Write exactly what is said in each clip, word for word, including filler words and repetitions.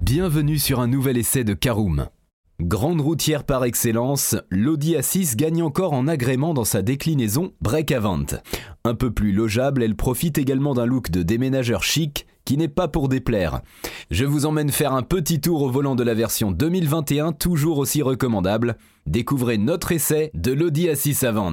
Bienvenue sur un nouvel essai de Caroom. Grande routière par excellence, l'Audi A six gagne encore en agrément dans sa déclinaison Break Avant. Un peu plus logeable, elle profite également d'un look de déménageur chic qui n'est pas pour déplaire. Je vous emmène faire un petit tour au volant de la version deux mille vingt et un, toujours aussi recommandable. Découvrez notre essai de l'Audi A six Avant.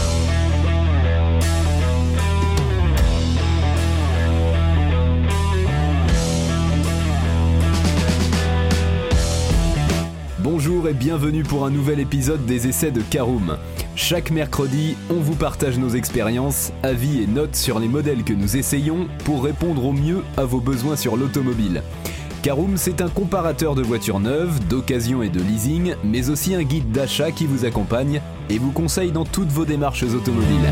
Bonjour et bienvenue pour un nouvel épisode des essais de Caroom. Chaque mercredi, on vous partage nos expériences, avis et notes sur les modèles que nous essayons pour répondre au mieux à vos besoins sur l'automobile. Caroom, c'est un comparateur de voitures neuves, d'occasion et de leasing, mais aussi un guide d'achat qui vous accompagne et vous conseille dans toutes vos démarches automobiles.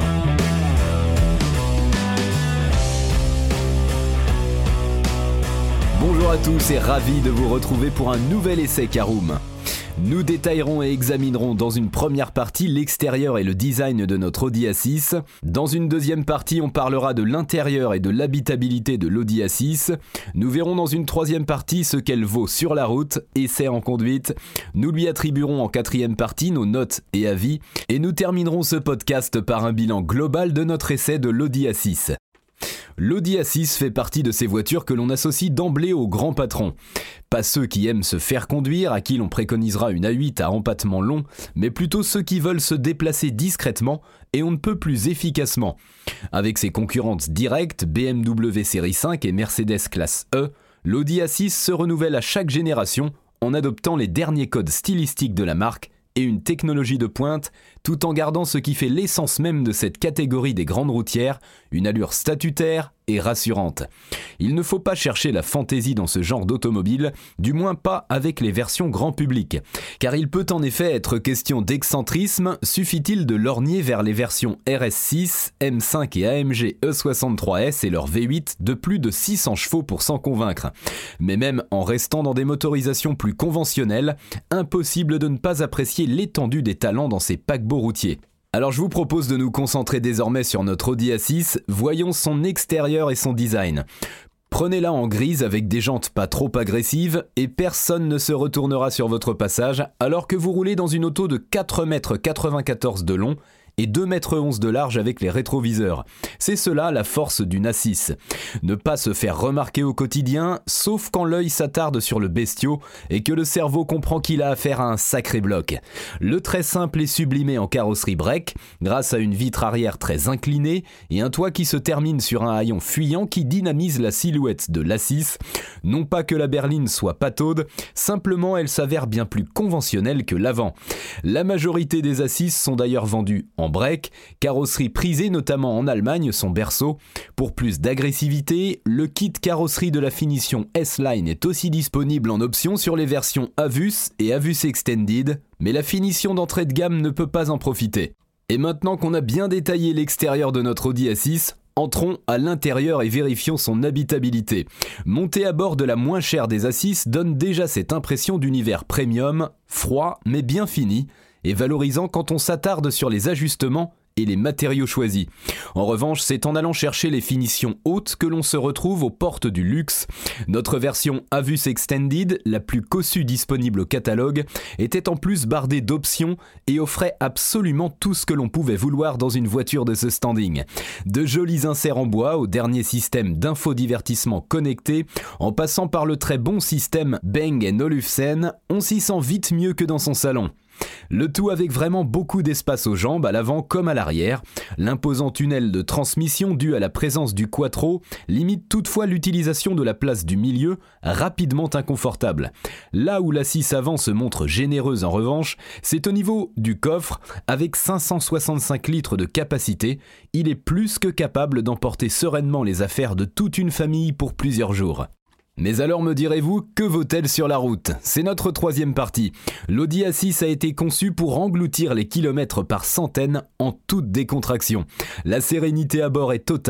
Bonjour à tous et ravi de vous retrouver pour un nouvel essai Caroom. Nous détaillerons et examinerons dans une première partie l'extérieur et le design de notre Audi A six. Dans une deuxième partie, on parlera de l'intérieur et de l'habitabilité de l'Audi A six. Nous verrons dans une troisième partie ce qu'elle vaut sur la route, essai en conduite. Nous lui attribuerons en quatrième partie nos notes et avis. Et nous terminerons ce podcast par un bilan global de notre essai de l'Audi A six. L'Audi A six fait partie de ces voitures que l'on associe d'emblée aux grands patrons. Pas ceux qui aiment se faire conduire, à qui l'on préconisera une A huit à empattement long, mais plutôt ceux qui veulent se déplacer discrètement et on ne peut plus efficacement. Avec ses concurrentes directes, B M W Série cinq et Mercedes Classe E, l'Audi A six se renouvelle à chaque génération en adoptant les derniers codes stylistiques de la marque et une technologie de pointe, tout en gardant ce qui fait l'essence même de cette catégorie des grandes routières, une allure statutaire et rassurante. Il ne faut pas chercher la fantaisie dans ce genre d'automobile, du moins pas avec les versions grand public. Car il peut en effet être question d'excentrisme, suffit-il de lorgner vers les versions R S six, M cinq et A M G E soixante-trois S et leur V huit de plus de six cents chevaux pour s'en convaincre. Mais même en restant dans des motorisations plus conventionnelles, impossible de ne pas apprécier l'étendue des talents dans ces paquebots routiers. Alors je vous propose de nous concentrer désormais sur notre Audi A six, voyons son extérieur et son design. Prenez-la en grise avec des jantes pas trop agressives et personne ne se retournera sur votre passage alors que vous roulez dans une auto de quatre mètres quatre-vingt-quatorze de long et deux mètres onze de large avec les rétroviseurs. C'est cela la force d'une A six. Ne pas se faire remarquer au quotidien, sauf quand l'œil s'attarde sur le bestiau et que le cerveau comprend qu'il a affaire à un sacré bloc. Le très simple est sublimé en carrosserie break, grâce à une vitre arrière très inclinée et un toit qui se termine sur un haillon fuyant qui dynamise la silhouette de l'A six. Non pas que la berline soit pataude, simplement elle s'avère bien plus conventionnelle que l'avant. La majorité des A six sont d'ailleurs vendues en break, carrosserie prisée notamment en Allemagne, son berceau. Pour plus d'agressivité, le kit carrosserie de la finition S-Line est aussi disponible en option sur les versions Avus et Avus Extended, mais la finition d'entrée de gamme ne peut pas en profiter. Et maintenant qu'on a bien détaillé l'extérieur de notre Audi A six, entrons à l'intérieur et vérifions son habitabilité. Monter à bord de la moins chère des A six donne déjà cette impression d'univers premium, froid mais bien fini, et valorisant quand on s'attarde sur les ajustements et les matériaux choisis. En revanche, c'est en allant chercher les finitions hautes que l'on se retrouve aux portes du luxe. Notre version Avus Extended, la plus cossue disponible au catalogue, était en plus bardée d'options et offrait absolument tout ce que l'on pouvait vouloir dans une voiture de ce standing. De jolis inserts en bois au dernier système d'infodivertissement connecté, en passant par le très bon système Bang and Olufsen, on s'y sent vite mieux que dans son salon. Le tout avec vraiment beaucoup d'espace aux jambes, à l'avant comme à l'arrière. L'imposant tunnel de transmission dû à la présence du quattro limite toutefois l'utilisation de la place du milieu, rapidement inconfortable. Là où l'A six avant se montre généreuse en revanche, c'est au niveau du coffre. Avec cinq cent soixante-cinq litres de capacité, il est plus que capable d'emporter sereinement les affaires de toute une famille pour plusieurs jours. Mais alors me direz-vous, que vaut-elle sur la route ? C'est notre troisième partie. L'Audi A six a été conçu pour engloutir les kilomètres par centaines en toute décontraction. La sérénité à bord est totale,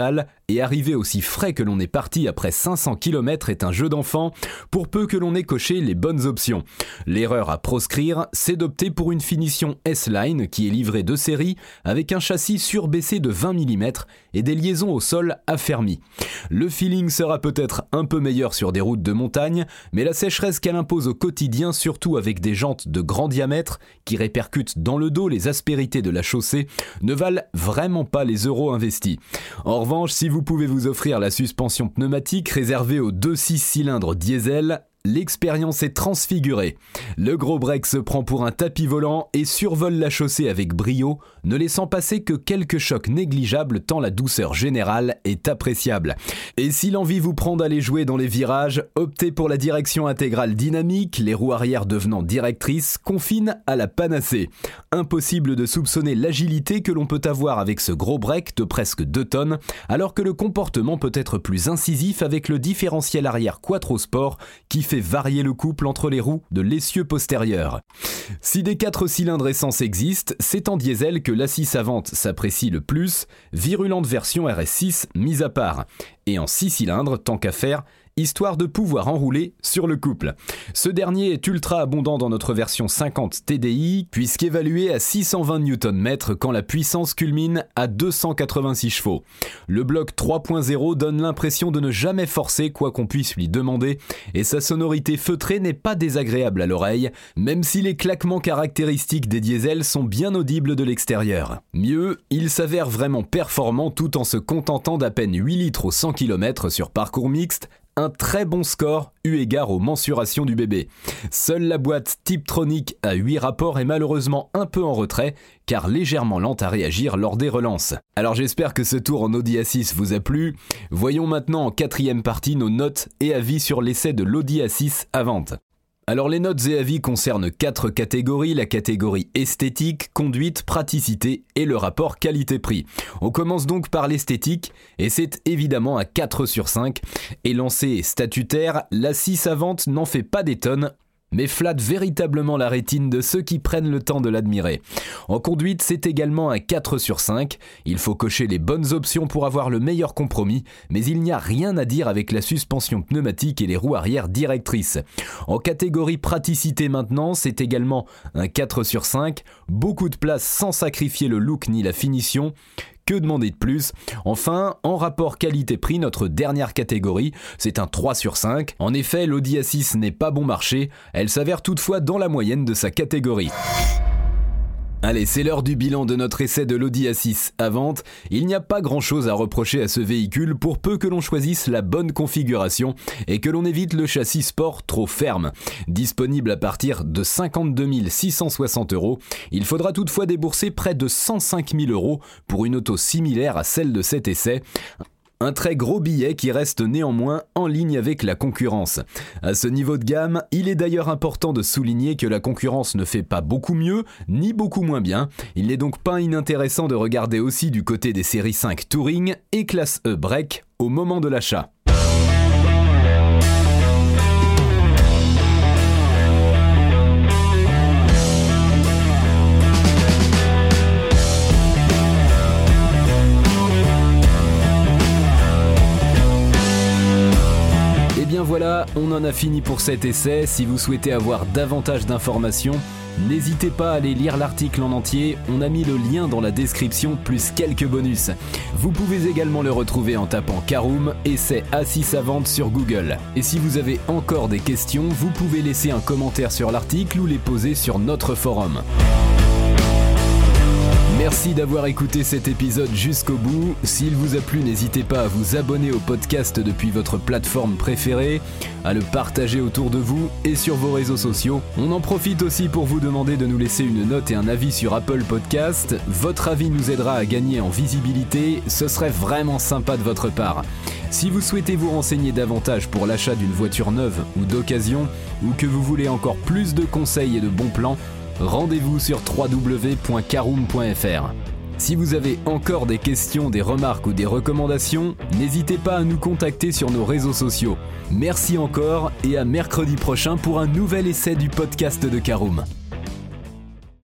et arriver aussi frais que l'on est parti après cinq cents kilomètres est un jeu d'enfant, pour peu que l'on ait coché les bonnes options. L'erreur à proscrire, c'est d'opter pour une finition S-Line qui est livrée de série avec un châssis surbaissé de vingt millimètres et des liaisons au sol affermies. Le feeling sera peut-être un peu meilleur sur des routes de montagne, mais la sécheresse qu'elle impose au quotidien, surtout avec des jantes de grand diamètre qui répercutent dans le dos les aspérités de la chaussée, ne valent vraiment pas les euros investis. En revanche, si vous pouvez vous offrir la suspension pneumatique réservée aux deux six cylindres diesel, l'expérience est transfigurée. Le gros break se prend pour un tapis volant et survole la chaussée avec brio, ne laissant passer que quelques chocs négligeables tant la douceur générale est appréciable. Et si l'envie vous prend d'aller jouer dans les virages, optez pour la direction intégrale dynamique, les roues arrière devenant directrices, confine à la panacée. Impossible de soupçonner l'agilité que l'on peut avoir avec ce gros break de presque deux tonnes, alors que le comportement peut être plus incisif avec le différentiel arrière Quattro Sport qui fait varier le couple entre les roues de l'essieu postérieur. Si des quatre cylindres essence existent, c'est en diesel que l'assise avant s'apprécie le plus, virulente version R S six mise à part, et en six cylindres tant qu'à faire, histoire de pouvoir enrouler sur le couple. Ce dernier est ultra abondant dans notre version cinquante T D I, puisqu'évalué à six cent vingt newton-mètres quand la puissance culmine à deux cent quatre-vingt-six chevaux. Le bloc trois point zéro donne l'impression de ne jamais forcer quoi qu'on puisse lui demander, et sa sonorité feutrée n'est pas désagréable à l'oreille, même si les claquements caractéristiques des diesels sont bien audibles de l'extérieur. Mieux, il s'avère vraiment performant tout en se contentant d'à peine huit litres au cent kilomètres sur parcours mixte, un très bon score eu égard aux mensurations du bébé. Seule la boîte Tiptronic à huit rapports est malheureusement un peu en retrait, car légèrement lente à réagir lors des relances. Alors j'espère que ce tour en Audi A six vous a plu. Voyons maintenant en quatrième partie nos notes et avis sur l'essai de l'Audi A six Avant. Alors les notes et avis concernent quatre catégories, la catégorie esthétique, conduite, praticité et le rapport qualité-prix. On commence donc par l'esthétique et c'est évidemment à quatre sur cinq. Élancée statutaire, l'A six Avant n'en fait pas des tonnes, mais flatte véritablement la rétine de ceux qui prennent le temps de l'admirer. En conduite, c'est également un quatre sur cinq. Il faut cocher les bonnes options pour avoir le meilleur compromis, mais il n'y a rien à dire avec la suspension pneumatique et les roues arrière directrices. En catégorie praticité maintenant, c'est également un quatre sur cinq. Beaucoup de place sans sacrifier le look ni la finition. Que demander de plus ? Enfin, en rapport qualité-prix, notre dernière catégorie, c'est un trois sur cinq. En effet, l'Audi A six n'est pas bon marché, elle s'avère toutefois dans la moyenne de sa catégorie. Allez, c'est l'heure du bilan de notre essai de l'Audi A six Avant. Il n'y a pas grand chose à reprocher à ce véhicule pour peu que l'on choisisse la bonne configuration et que l'on évite le châssis sport trop ferme. Disponible à partir de cinquante-deux mille six cent soixante euros, il faudra toutefois débourser près de cent cinq mille euros pour une auto similaire à celle de cet essai. Un très gros billet qui reste néanmoins en ligne avec la concurrence. À ce niveau de gamme, il est d'ailleurs important de souligner que la concurrence ne fait pas beaucoup mieux, ni beaucoup moins bien. Il n'est donc pas inintéressant de regarder aussi du côté des séries cinq Touring et classe E Break au moment de l'achat. Voilà, on en a fini pour cet essai. Si vous souhaitez avoir davantage d'informations, n'hésitez pas à aller lire l'article en entier, on a mis le lien dans la description plus quelques bonus. Vous pouvez également le retrouver en tapant Caroom, essai A six Avant sur Google. Et si vous avez encore des questions, vous pouvez laisser un commentaire sur l'article ou les poser sur notre forum. Merci d'avoir écouté cet épisode jusqu'au bout. S'il vous a plu, n'hésitez pas à vous abonner au podcast depuis votre plateforme préférée, à le partager autour de vous et sur vos réseaux sociaux. On en profite aussi pour vous demander de nous laisser une note et un avis sur Apple Podcast. Votre avis nous aidera à gagner en visibilité, ce serait vraiment sympa de votre part. Si vous souhaitez vous renseigner davantage pour l'achat d'une voiture neuve ou d'occasion, ou que vous voulez encore plus de conseils et de bons plans, rendez-vous sur w w w point caroom point f r. Si vous avez encore des questions, des remarques ou des recommandations, n'hésitez pas à nous contacter sur nos réseaux sociaux. Merci encore et à mercredi prochain pour un nouvel essai du podcast de Caroom.